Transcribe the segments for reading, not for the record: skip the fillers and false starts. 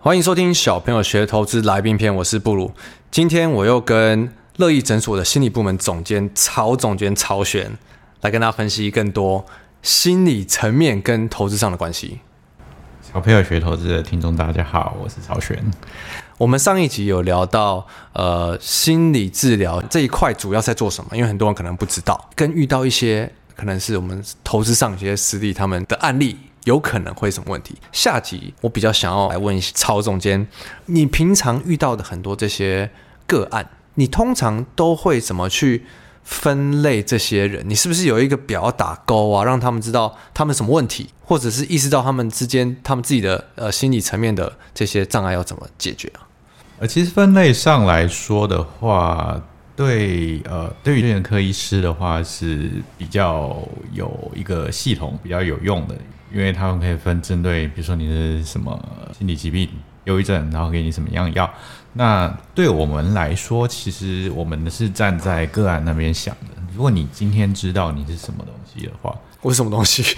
欢迎收听小朋友学投资来宾篇，我是布鲁。今天我又跟乐意诊所的心理部门总监曹璇来跟大家分析更多心理层面跟投资上的关系。 小朋友学投资的听众大家好，我是曹璇。 我们上一集有聊到心理治疗这一块主要在做什么，因为很多人可能不知道，跟遇到一些可能是我们投资上一些实例他们的案例有可能会什么问题。下集我比较想要来问一下曹总监，你平常遇到的很多这些个案，你通常都会怎么去分类这些人？你是不是有一个表打勾啊，让他们知道他们什么问题，或者是意识到他们之间他们自己的心理层面的这些障碍要怎么解决啊？ 其实分类上来说的话，对于精神科医师的话是比较有一个系统比较有用的，因为他们可以分针对，比如说你是什么心理疾病、忧郁症，然后给你什么样的药。那对我们来说，其实我们是站在个案那边想的。如果你今天知道你是什么东西的话， 我是什么东西？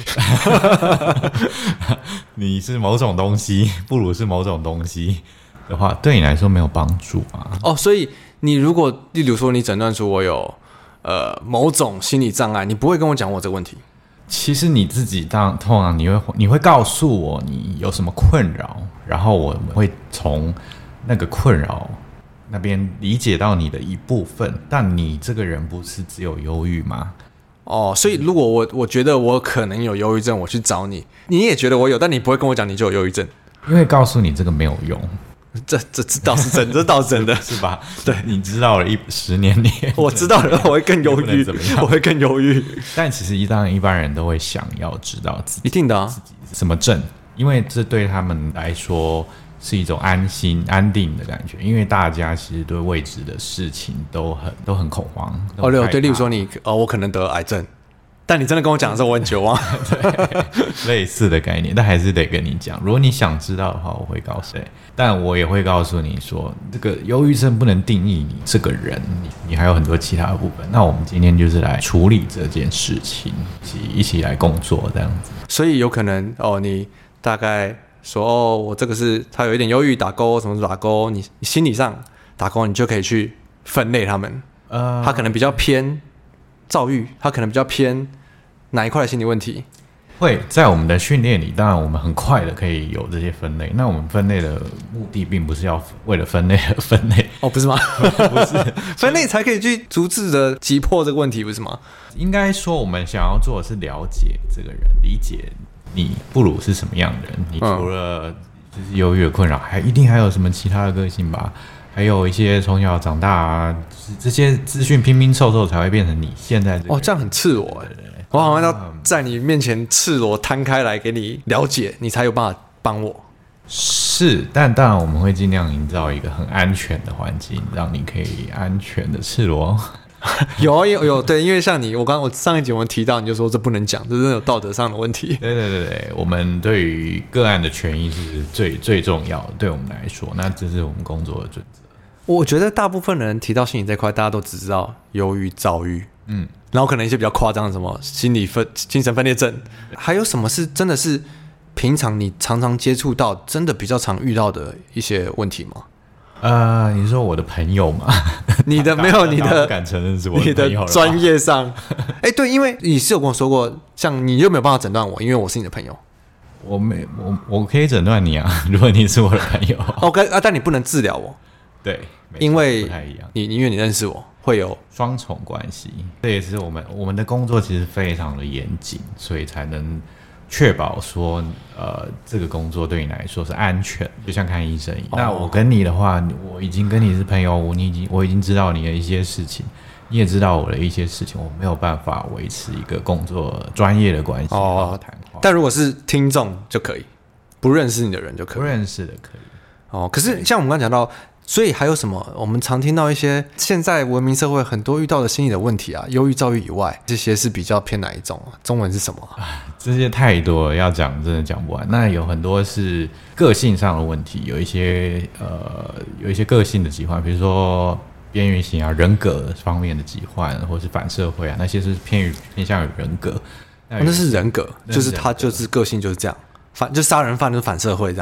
你是某种东西，布鲁是某种东西的话，对你来说没有帮助啊。 哦，所以你如果例如说你诊断出我有某种心理障碍，你不会跟我讲我这个问题。 其实你自己通常你会告诉我你有什么困扰，然后我们会从那个困扰那边理解到你的一部分，但你这个人不是只有忧郁吗？ 哦，所以如果我觉得我可能有忧郁症，我去找你，你也觉得我有，但你不会跟我讲你就有忧郁症， 因为告诉你这个没有用。 这倒是真的，这倒是真的， 是吧？ 对， 你知道了10年里， 我知道了，我会更忧郁，我会更忧郁。 但其实当然一般人都会想要知道自己一定的啊， 自己是什么症，因为这对他们来说是一种安心、安定的感觉。因为大家其实对未知的事情都很恐慌。 哦，对，例如说我可能得癌症。但你真的跟我讲的时候，我很绝望。 对，类似的概念，但还是得跟你讲。如果你想知道的话，我会告诉你。但我也会告诉你说，这个忧郁症不能定义你这个人，你还有很多其他的部分。那我们今天就是来处理这件事情，一起来工作这样子。 所以有可能你大概说我这个是他有一点忧郁打勾，什么打勾，你心理上打勾，你就可以去分类他们。他可能比较偏躁郁，他可能比较偏哪一块的心理问题？ 会在我们的训练里，当然我们很快的可以有这些分类。那我们分类的目的并不是要为了分类而分类， 哦，不是吗？ 不是， 分类才可以去逐字的击破这个问题，不是吗？ 应该说，我们想要做的是了解这个人，理解你布鲁是什么样的人。你除了就是忧郁的困扰，一定还有什么其他的个性吧？还有一些从小长大啊，这些资讯拼拼凑凑才会变成你现在这个人。 这样很赤裸耶。我好像要在你面前赤裸摊开来给你了解，你才有办法帮我。 是，但当然我们会尽量营造一个很安全的环境，让你可以安全的赤裸。 有，对，因为像你，我上一集我们提到，你就说这不能讲，这真的有道德上的问题。 对，我们对于个案的权益是最重要的，对我们来说，那这是我们工作的准则。 我觉得大部分人提到心理这块，大家都只知道忧郁、躁郁，然后可能一些比较夸张的什么精神分裂症，还有什么是真的是平常你常常接触到，真的比较常遇到的一些问题吗？ 你说我的朋友吗？ 你的没有，你的不敢承认是我的朋友了。 你的专业上，对，因为你是有跟我说过，像你又没有办法诊断我，因为我是你的朋友。 我可以诊断你啊，如果你是我的朋友。 OK 但你不能治疗我。 对， 因为不太一样。 因为你认识我，会有双重关系。这也是我们的工作其实非常的严谨，所以才能确保说，这个工作对你来说是安全，就像看医生一样。那我跟你的话，我已经跟你是朋友，我已经知道你的一些事情，你也知道我的一些事情，我没有办法维持一个工作专业的关系谈话。 但如果是听众就可以，不认识你的人就可以， 不认识的可以。 可是像我们刚才讲到。所以还有什么？我们常听到一些现在文明社会很多遇到的心理的问题啊，忧郁、躁郁以外，这些是比较偏哪一种啊？中文是什么这些太多了，要讲真的讲不完。那有很多是个性上的问题，有一些个性的疾患，比如说边缘型啊、人格方面的疾患，或是反社会啊，那些是偏向于人格。 那是人格，就是他就是个性就是这样，就杀人犯就是反社会这样。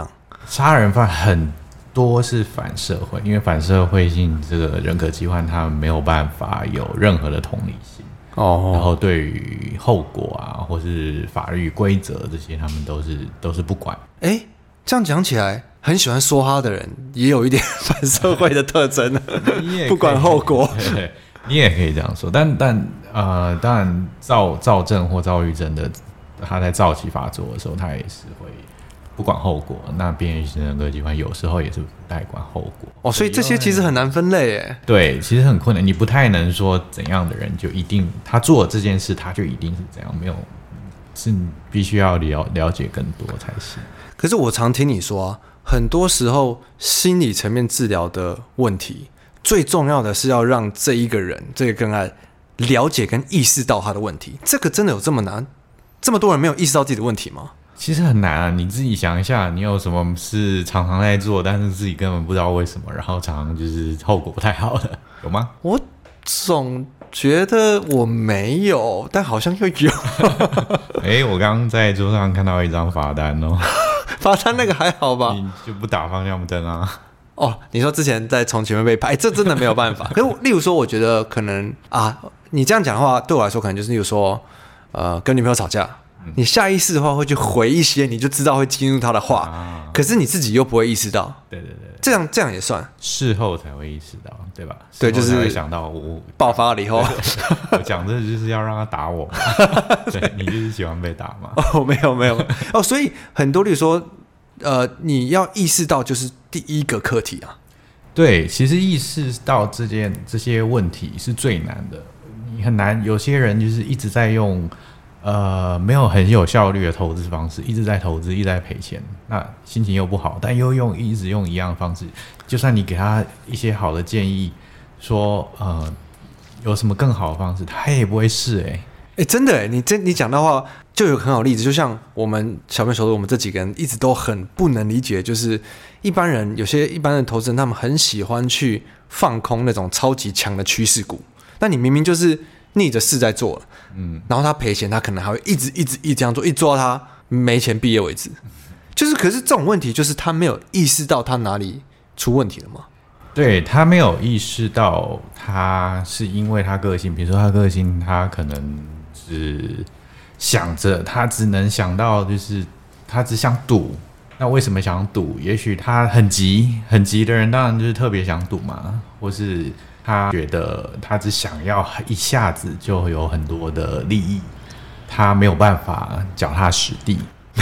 杀人犯很多是反社会，因为反社会性这个人格疾患，他们没有办法有任何的同理心。然后对于后果啊，或是法律规则这些，他们都是不管。 这样讲起来，很喜欢说他的人也有一点反社会的特征，不管后果。 对，你也可以这样说，但当然躁症或躁郁症的，他在躁期发作的时候，他也是会不管后果。那边缘型人格疾患有时候也是不太管后果。 所以这些其实很难分类耶。 对，其实很困难，你不太能说怎样的人就一定他做了这件事，他就一定是怎样，没有，是你必须要了解更多才行。 可是我常听你说啊，很多时候心理层面治疗的问题，最重要的是要让这一个人这个个案了解跟意识到他的问题。这个真的有这么难？这么多人没有意识到自己的问题吗？ 其实很难啊，你自己想一下，你有什么事常常在做，但是自己根本不知道为什么，然后常常就是后果不太好的，有吗？ 我总觉得我没有，但好像又有。 我刚刚在桌上看到一张罚单哦。 罚单那个还好吧？ 你就不打方向灯啊？ 你说之前在从前面被拍，这真的没有办法。可是例如说，我觉得可能啊，你这样讲的话，对我来说可能就是例如说，跟女朋友吵架，你下意识的话会去回一些，你就知道会激怒他的话，可是你自己又不会意识到。 对， 这样也算事后才会意识到，对吧？ 对，就是会想到我爆发了以后， 我讲这就是要让他打我嘛。对，你就是喜欢被打嘛？ 没有所以很多例如说，你要意识到就是第一个课题啊。 对，其实意识到这些问题是最难的，你很难。有些人就是一直在用没有很有效率的投资方式，一直在投资，一直在赔钱，那心情又不好，但又一直用一样的方式，就算你给他一些好的建议，说有什么更好的方式，他也不会试。 真的你讲的话就有很好例子，就像我们小朋友说的，我们这几个人一直都很不能理解，就是一般人有些一般的投资人，他们很喜欢去放空那种超级强的趋势股，那你明明就是逆着势在做，然后他赔钱，他可能还会一直这样做，一直做到他没钱毕业为止。就是可是这种问题，就是他没有意识到他哪里出问题了吗？ 对，他没有意识到，他是因为他个性，比如说他个性，他可能是想着，他只能想到就是他只想赌。那为什么想赌？也许他很急的人，当然就是特别想赌嘛，或是他觉得他只想要一下子就有很多的利益，他没有办法脚踏实地。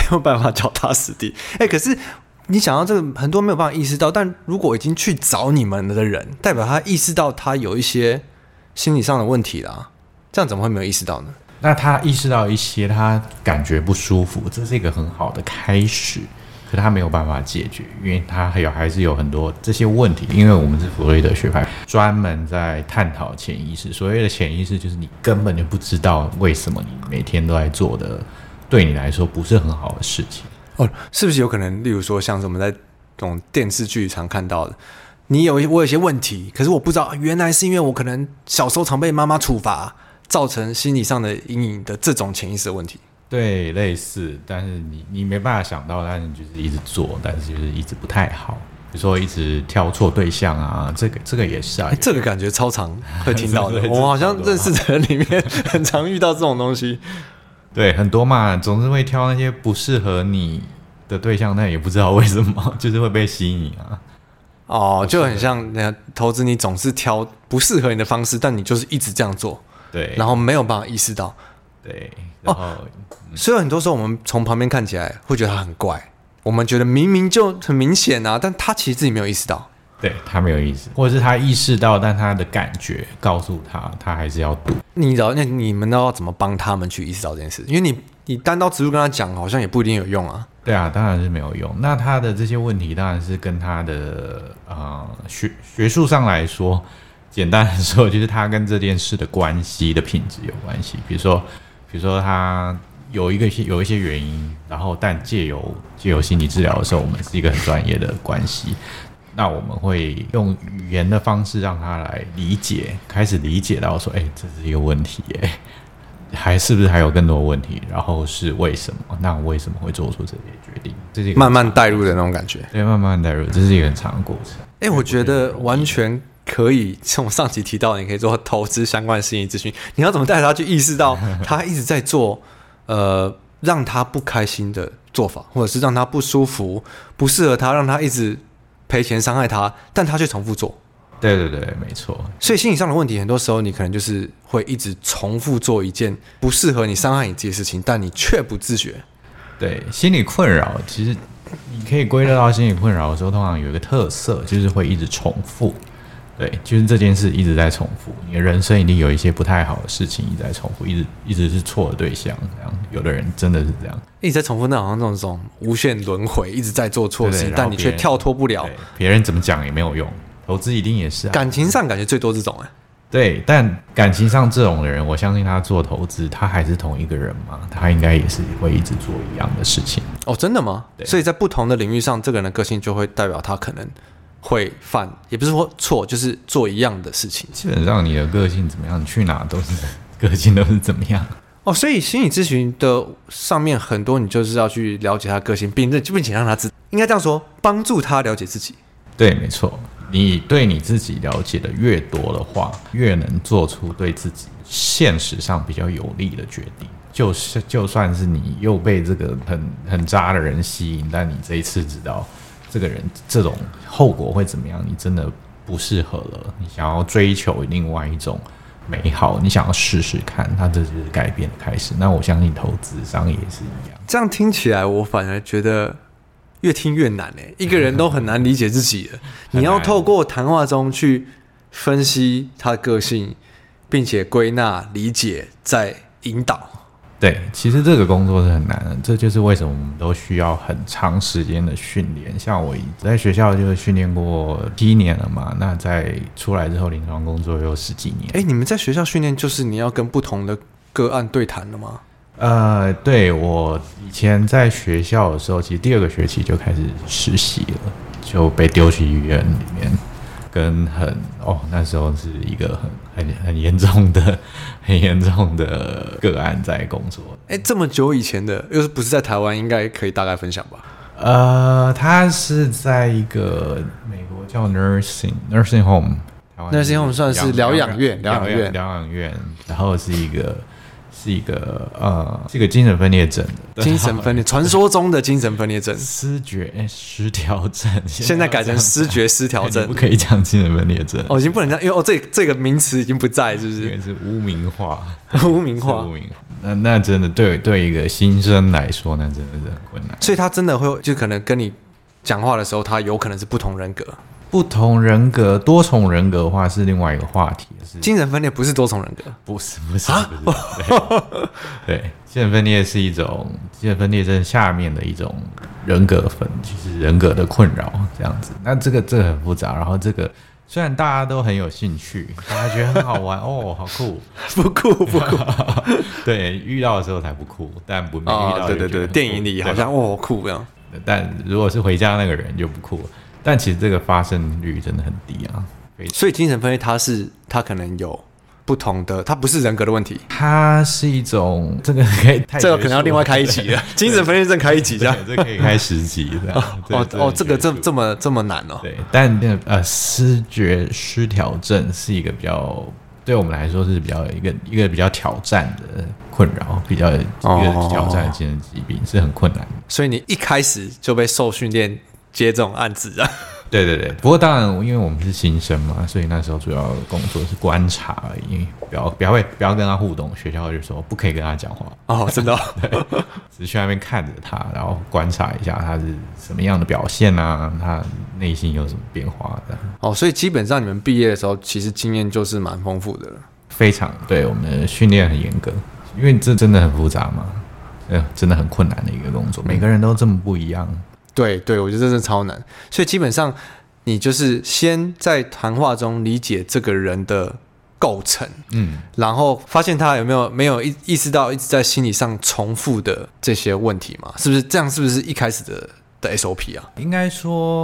可是你想到这个，很多没有办法意识到，但如果已经去找你们的人，代表他意识到他有一些心理上的问题啦，这样怎么会没有意识到呢？ 那他意识到一些，他感觉不舒服，这是一个很好的开始。可他没有办法解决，因为他还是有很多这些问题。因为我们是弗洛伊德学派，专门在探讨潜意识。所谓的潜意识，就是你根本就不知道为什么你每天都在做的，对你来说不是很好的事情。 是不是有可能，例如说像是我们在这种电视剧常看到的，我有一些问题，可是我不知道原来是因为我可能小时候常被妈妈处罚，造成心理上的阴影的这种潜意识的问题。 对，类似，但是你没办法想到，但是你就是一直做，但是就是一直不太好。比如说一直挑错对象啊，这个也是啊。 这个感觉超常会听到的，我好像认识的人里面很常遇到这种东西。 对，很多嘛，总是会挑那些不适合你的对象，但也不知道为什么，就是会被吸引啊。 就很像投资，你总是挑不适合你的方式，但你就是一直这样做， 对， 然后没有办法意识到。 对，然后所以很多时候我们从旁边看起来会觉得他很怪，我们觉得明明就很明显啊，但他其实自己没有意识到。 对，他没有意识，或者是他意识到，但他的感觉告诉他还是要赌。 那你们要怎么帮他们去意识到这件事？因为你单刀直入跟他讲，好像也不一定有用啊。 对啊，当然是没有用。那他的这些问题，当然是跟他的学术上来说，简单的说，就是他跟这件事的关系的品质有关系。比如说他有一些原因，然后但借由心理治疗的时候，我们是一个很专业的关系。那我们会用语言的方式让他来理解，开始理解到说，这是一个问题耶。 还是不是还有更多问题，然后是为什么？那我为什么会做出这些决定？这是一个慢慢带入的那种感觉。 对，慢慢带入，这是一个很长的过程。 我觉得完全可以，像我上集提到的，你可以做投资相关的心理咨询。你要怎么带他去意识到他一直在做让他不开心的做法，或者是让他不舒服、不适合他，让他一直赔钱伤害他，但他却重复做。 对对对，没错。 所以心理上的问题，很多时候你可能就是会一直重复做一件不适合你、伤害你自己的事情，但你却不自觉。 对，心理困扰其实你可以归类到心理困扰的时候，通常有一个特色，就是会一直重复。对，就是这件事一直在重复，你的人生一定有一些不太好的事情一直在重复，一直是错的对象。这样，有的人真的是这样， 一直在重复，那好像这种无限轮回，一直在做错事情，但你却跳脱不了。 别人怎么讲也没有用，投资一定也是感情上感觉最多这种对，但感情上这种的人，我相信他做投资，他还是同一个人嘛，他应该也是会一直做一样的事情。 真的吗？所以在不同的领域上，这个人的个性就会代表他可能会犯，也不是说错，就是做一样的事情。 基本上你的个性怎么样，你去哪都是个性都是怎么样。 所以心理咨询的上面很多，你就是要去了解他的个性，并且让他知，应该这样说，帮助他了解自己。对， 没错。你对你自己了解的越多的话，越能做出对自己现实上比较有利的决定。就算是你又被这个很渣的人吸引，但你这一次知道这个人这种后果会怎么样，你真的不适合了，你想要追求另外一种美好，你想要试试看，它这就是改变的开始。那我相信投资商也是一样。 这样听起来，我反而觉得越听越难一个人都很难理解自己的你要透过谈话中去分析他的个性，并且归纳、理解，再引导。 对，其实这个工作是很难的，这就是为什么我们都需要很长时间的训练。像我在学校就训练过7年了嘛，那在出来之后临床工作有10几年。 你们在学校训练就是你要跟不同的个案对谈了吗？ 对，我以前在学校的时候，其实第2个学期就开始实习了，就被丢去医院里面，跟那时候是一个很严重的个案在工作。 这么久以前的，又是不是在台湾，应该可以大概分享吧？ 他是在一个美国叫 nursing home，nursing home 算是疗养院， 然后是一个精神分裂症的精神分裂，传说中的精神分裂症， 思觉失调症， 现在改成思觉失调症， 不可以讲精神分裂症， 已经不能这样，因为这个名词已经不在，是不是？ 因为是污名化， 污名化。 那真的对一个新生来说，那真的是很困难。 所以他真的会，就可能跟你讲话的时候，他有可能是不同人格。 不同人格、多重人格的话是另外一个话题。 精神分裂不是多重人格， 不是。对，精神分裂是一种精神分裂症下面的一种人格就是人格的困扰这样子。那这个很复杂，然后这个虽然大家都很有兴趣，大家觉得很好玩好酷， 不酷。 对，遇到的时候才不酷，但没遇到对，电影里好像酷这样。 但如果是回家那个人就不酷了。但其实这个发生率真的很低啊， 所以精神分裂它可能有不同的，它不是人格的问题， 它是一种这个可能要另外开一集了，精神分裂症开一集这样， 这可以开10集这样。 这个这么难对，但思觉失调症是一个比较对我们来说是比较一个比较挑战的困扰，一个挑战的精神疾病是很困难的。 所以你一开始就被受训练接这种案子啊？ 对，不过当然，因为我们是新生嘛，所以那时候主要工作是观察而已，不要跟他互动。学校就说不可以跟他讲话。 真的对，只是去那边看着他，然后观察一下他是什么样的表现啊，他内心有什么变化的。 所以基本上你们毕业的时候，其实经验就是蛮丰富的了。 非常，对，我们的训练很严格，因为这真的很复杂嘛，真的很困难的一个工作，每个人都这么不一样。 对，我觉得这真的超难。所以基本上你就是先在谈话中理解这个人的构成，然后发现他有没有意识到一直在心理上重复的这些问题嘛？是不是这样？是不是一开始的 SOP 啊？ 应该说，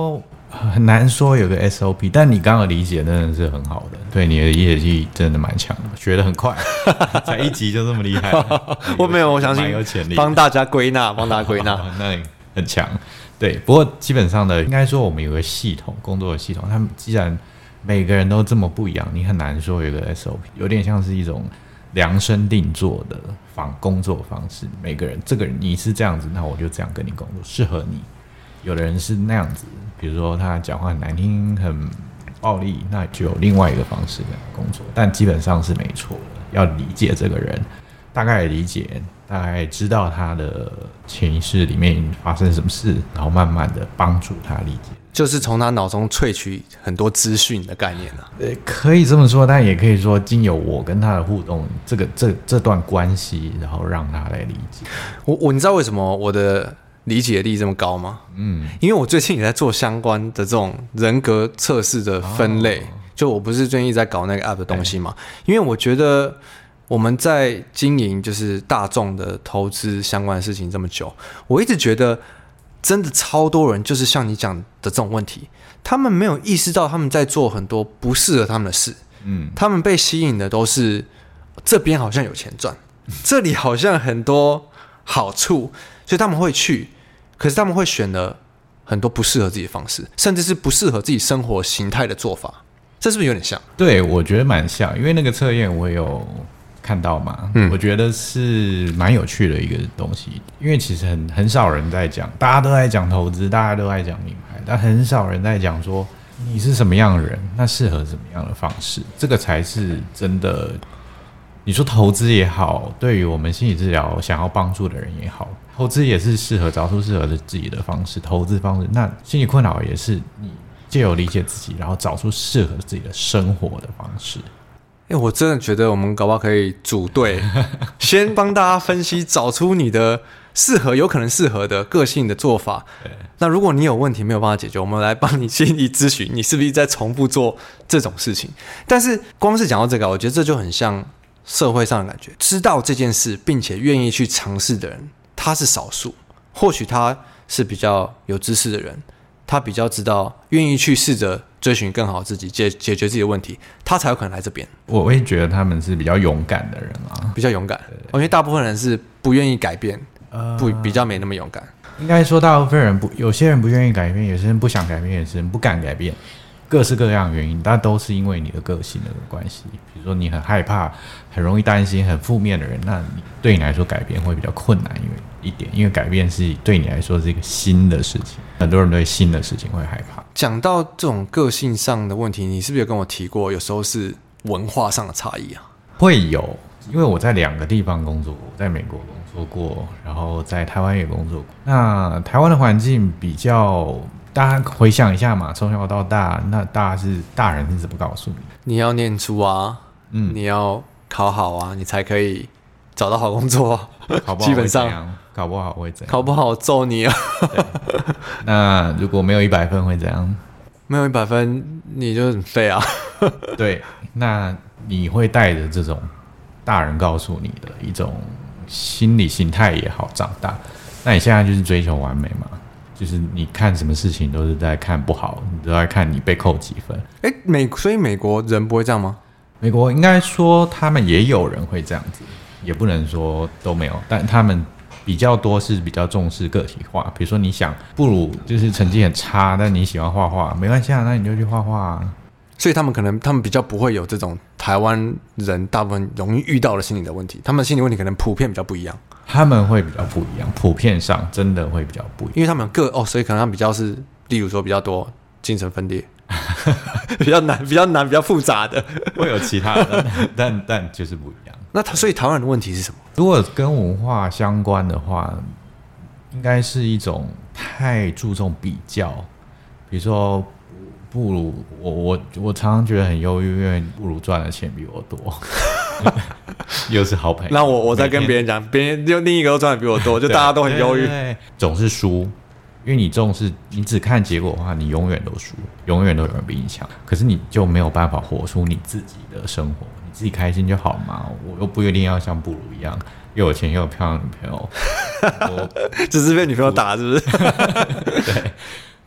很难说有个 SOP， 但你刚刚理解真的是很好的，对你的业绩真的蛮强的，学得很快，才一集就这么厉害。 我没有，我相信蛮有潜力， 帮大家归纳， 那你很强。对，不过基本上的应该说我们有个系统，工作的系统，他们既然每个人都这么不一样，你很难说有个 SOP， 有点像是一种量身定做的工作方式。每个人，这个人你是这样子，那我就这样跟你工作，适合你。有的人是那样子，比如说他讲话很难听、很暴力，那就有另外一个方式跟他工作。但基本上是没错的，要理解这个人，大概理解，大概知道他的潜意识里面发生什么事，然后慢慢的帮助他理解。 就是从他脑中萃取很多资讯的概念啊。 可以这么说，但也可以说经由我跟他的互动，这段关系，然后让他来理解。 你知道为什么我的理解力这么高吗？因为我最近也在做相关的这种人格测试的分类，就我不是最近在搞那个 app 的东西嘛？因为我觉得我们在经营就是大众的投资相关的事情这么久，我一直觉得真的超多人就是像你讲的这种问题，他们没有意识到他们在做很多不适合他们的事，他们被吸引的都是这边好像有钱赚，这里好像很多好处，所以他们会去，可是他们会选了很多不适合自己的方式，甚至是不适合自己生活形态的做法，这是不是有点像？ 对，我觉得蛮像，因为那个测验我也有看到嘛，我觉得是蛮有趣的一个东西，因为其实很少人在讲，大家都在讲投资，大家都在讲名牌，但很少人在讲说你是什么样的人，那适合什么样的方式，这个才是真的。你说投资也好，对于我们心理治疗想要帮助的人也好，投资也是找出适合的自己的方式，投资方式，那心理困扰也是你藉由理解自己，然后找出适合自己的生活的方式。 我真的觉得我们搞不好可以组队，先帮大家分析，找出你的有可能适合的个性的做法。那如果你有问题没有办法解决，我们来帮你心理咨询，你是不是在重复做这种事情？但是光是讲到这个，我觉得这就很像社会上的感觉，知道这件事并且愿意去尝试的人，他是少数。或许他是比较有知识的人，他比较知道，愿意去试着追寻更好自己，解决自己的问题，他才有可能来这边。 我会觉得他们是比较勇敢的人啊， 比较勇敢。因为大部分人是不愿意改变，比较没那么勇敢。 应该说，大部分人有些人不愿意改变，有些人不想改变，有些人不敢改变，各式各样的原因，但都是因为你的个性的关系。比如说，你很害怕、很容易担心、很负面的人，那对你来说改变会比较困难，因为改变是对你来说是一个新的事情，很多人对新的事情会害怕。 讲到这种个性上的问题，你是不是有跟我提过，有时候是文化上的差异啊？ 会有，因为我在2个地方工作过，在美国工作过，然后在台湾也工作过。那台湾的环境比较，大家回想一下嘛，从小到大，那大人是怎么告诉你？ 你要念书啊，你要考好啊，你才可以找到好工作啊。基本上考不好会怎样？ 考不好揍你啊！ 那如果没有100分会怎样？ 没有100分你就很废啊！ 对，那你会带着这种大人告诉你的一种心理形态也好长大。那你现在就是追求完美嘛？就是你看什么事情都是在看不好，你都在看你被扣几分。 所以美国人不会这样吗？ 美国应该说他们也有人会这样子，也不能说都没有，但他们比较多是比较重视个体化。比如说你想不如就是成绩很差，但你喜欢画画，没关系啊，那你就去画画啊。 所以他们比较不会有这种台湾人大部分容易遇到的心理的问题，他们的心理问题可能普遍比较不一样。 他们会比较不一样，普遍上真的会比较不一样， 因为他们所以可能他们比较是，例如说比较多精神分裂，比较难、比较复杂的， 会有其他的，但就是不一样。 那所以台湾人的问题是什么？ 如果跟文化相关的话，应该是一种太注重比较，比如说不如我常常觉得很忧郁，因为不如赚的钱比我多。又是好朋友， 那我在跟别人讲，别人就另一个都赚的比我多，就大家都很忧郁， 总是输。因为你只看结果的话，你永远都输，永远都有人比你强。可是你就没有办法活出你自己的生活，你自己开心就好嘛。我又不一定要像布鲁一样，又有钱又有漂亮女朋友， 只是被女朋友打，是不是？ 对。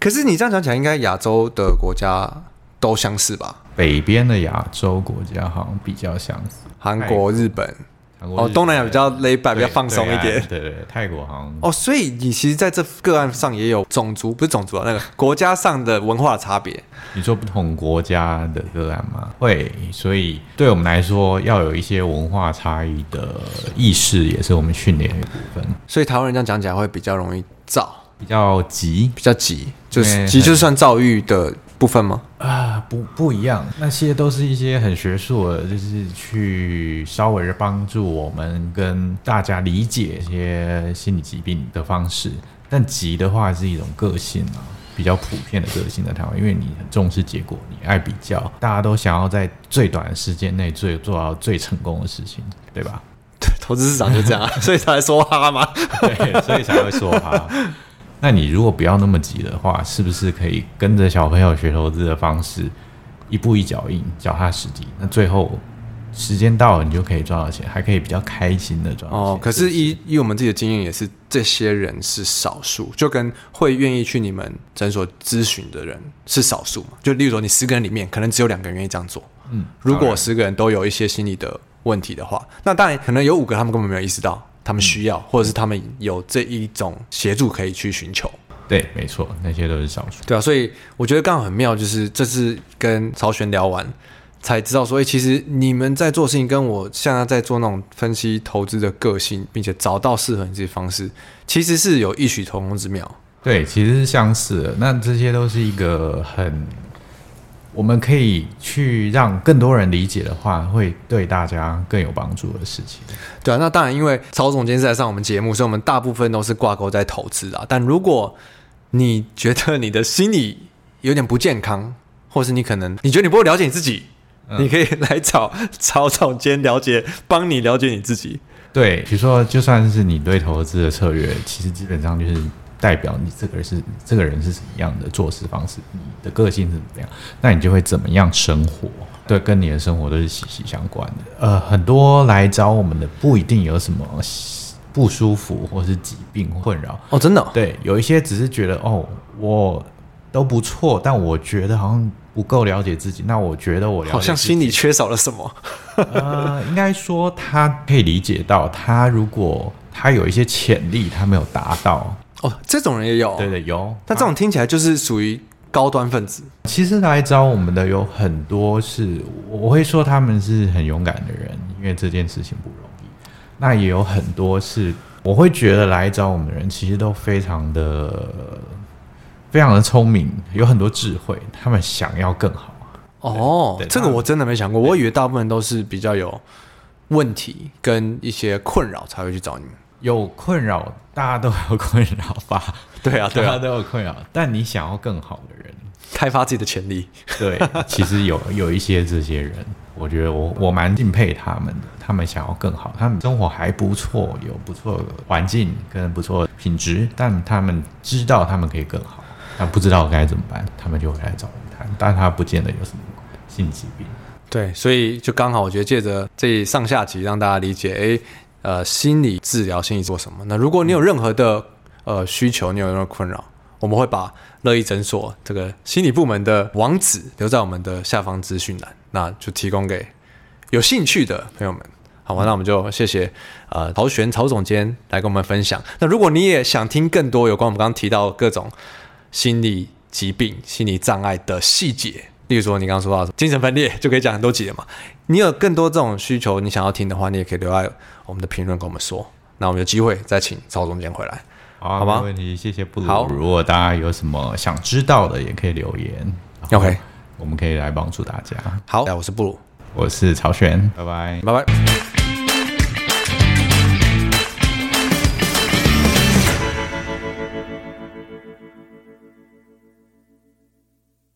可是你这样讲起来，应该亚洲的国家都相似吧？ 北边的亚洲国家好像比较相似， 韩国、日本。东南亚比较 lay back， 比较放松一点。 对，泰国好像。 所以你其实在这个案上也有不是种族那个国家上的文化的差别。 你说不同国家的个案吗？会，所以对我们来说，要有一些文化差异的意识，也是我们训练的一部分。 所以台湾人这样讲起来会比较容易躁， 比较急， 就是急，就算躁郁的部分吗？ 不一样，那些都是一些很学术的，就是去稍微帮助我们跟大家理解一些心理疾病的方式。但急的话是一种个性啊，比较普遍的个性在台湾，因为你很重视结果，你爱比较，大家都想要在最短的时间内做到最成功的事情，对吧？ 投资市场就这样啊，所以才说哈嘛。 对，所以才会说哈。那你如果不要那么急的话，是不是可以跟着小朋友学投资的方式，一步一脚印，脚踏实地？那最后时间到了，你就可以赚到钱，还可以比较开心的赚到钱。 可是以我们自己的经验，也是这些人是少数，就跟会愿意去你们诊所咨询的人是少数嘛。就例如说，你10个人里面，可能只有2个人愿意这样做。如果10个人都有一些心理的问题的话，那当然可能有5个他们根本没有意识到。他们需要，或者是他们有这一种协助可以去寻求。 对，没错，那些都是少数。 对啊，所以我觉得刚好很妙，就是这次跟曹璇聊完，才知道说，其实你们在做事情跟我现在在做那种分析投资的个性，并且找到适合你自己的方式，其实是有异曲同工之妙。 对，其实是相似的。那这些都是一个我们可以去让更多人理解的话，会对大家更有帮助的事情。 对啊，那当然，因为曹总监是来上我们节目，所以我们大部分都是挂钩在投资啊。但如果你觉得你的心理有点不健康，或是你觉得你不够了解你自己，你可以来找曹总监帮你了解你自己。 对，比如说，就算是你对投资的策略，其实基本上就是代表你这个人是什么样的做事方式，你的个性是怎么样，那你就会怎么样生活。对，跟你的生活都是息息相关的。很多来找我们的不一定有什么不舒服或是疾病困扰。 真的对，有一些只是觉得我都不错，但我觉得好像不够了解自己。那我觉得我了解自己好像心里缺少了什么。 应该说他可以理解到，如果他有一些潜力，他没有达到。 这种人也有。 对，有。 但这种听起来就是属于高端分子。 其实来找我们的有很多我会说他们是很勇敢的人，因为这件事情不容易。那也有很多我会觉得来找我们的人其实都非常的聪明，有很多智慧，他们想要更好。 这个我真的没想过，我以为大部分都是比较有问题跟一些困扰才会去找你们。 有困扰，大家都有困扰吧？ 对啊， 大家都有困扰。但你想要更好的人， 开发自己的潜力。 对，其实有一些这些人，我觉得我蛮敬佩他们的。他们想要更好，他们生活还不错，有不错的环境跟不错的品质，但他们知道他们可以更好，但不知道该怎么办，他们就会来找我们谈。但他不见得有什么心理疾病。对， 所以就刚好，我觉得借着这上下集让大家理解，心理治疗，心理做什么？那如果你有任何的需求，你有任何困扰，我们会把乐意诊所这个心理部门的网址留在我们的下方资讯栏，那就提供给有兴趣的朋友们。好吧，那我们就谢谢曹璇曹总监来跟我们分享。那如果你也想听更多有关我们刚刚提到各种心理疾病、心理障碍的细节，例如说你刚刚说到精神分裂，就可以讲很多集了嘛。你有更多这种需求，你想要听的话，你也可以留在我们的评论跟我们说。那我们有机会再请曹总监回来，好吗？ 没问题，谢谢布鲁。好，如果大家有什么想知道的，也可以留言。 OK， 我们可以来帮助大家。 好，我是布鲁， 我是曹璇，拜拜， 拜拜。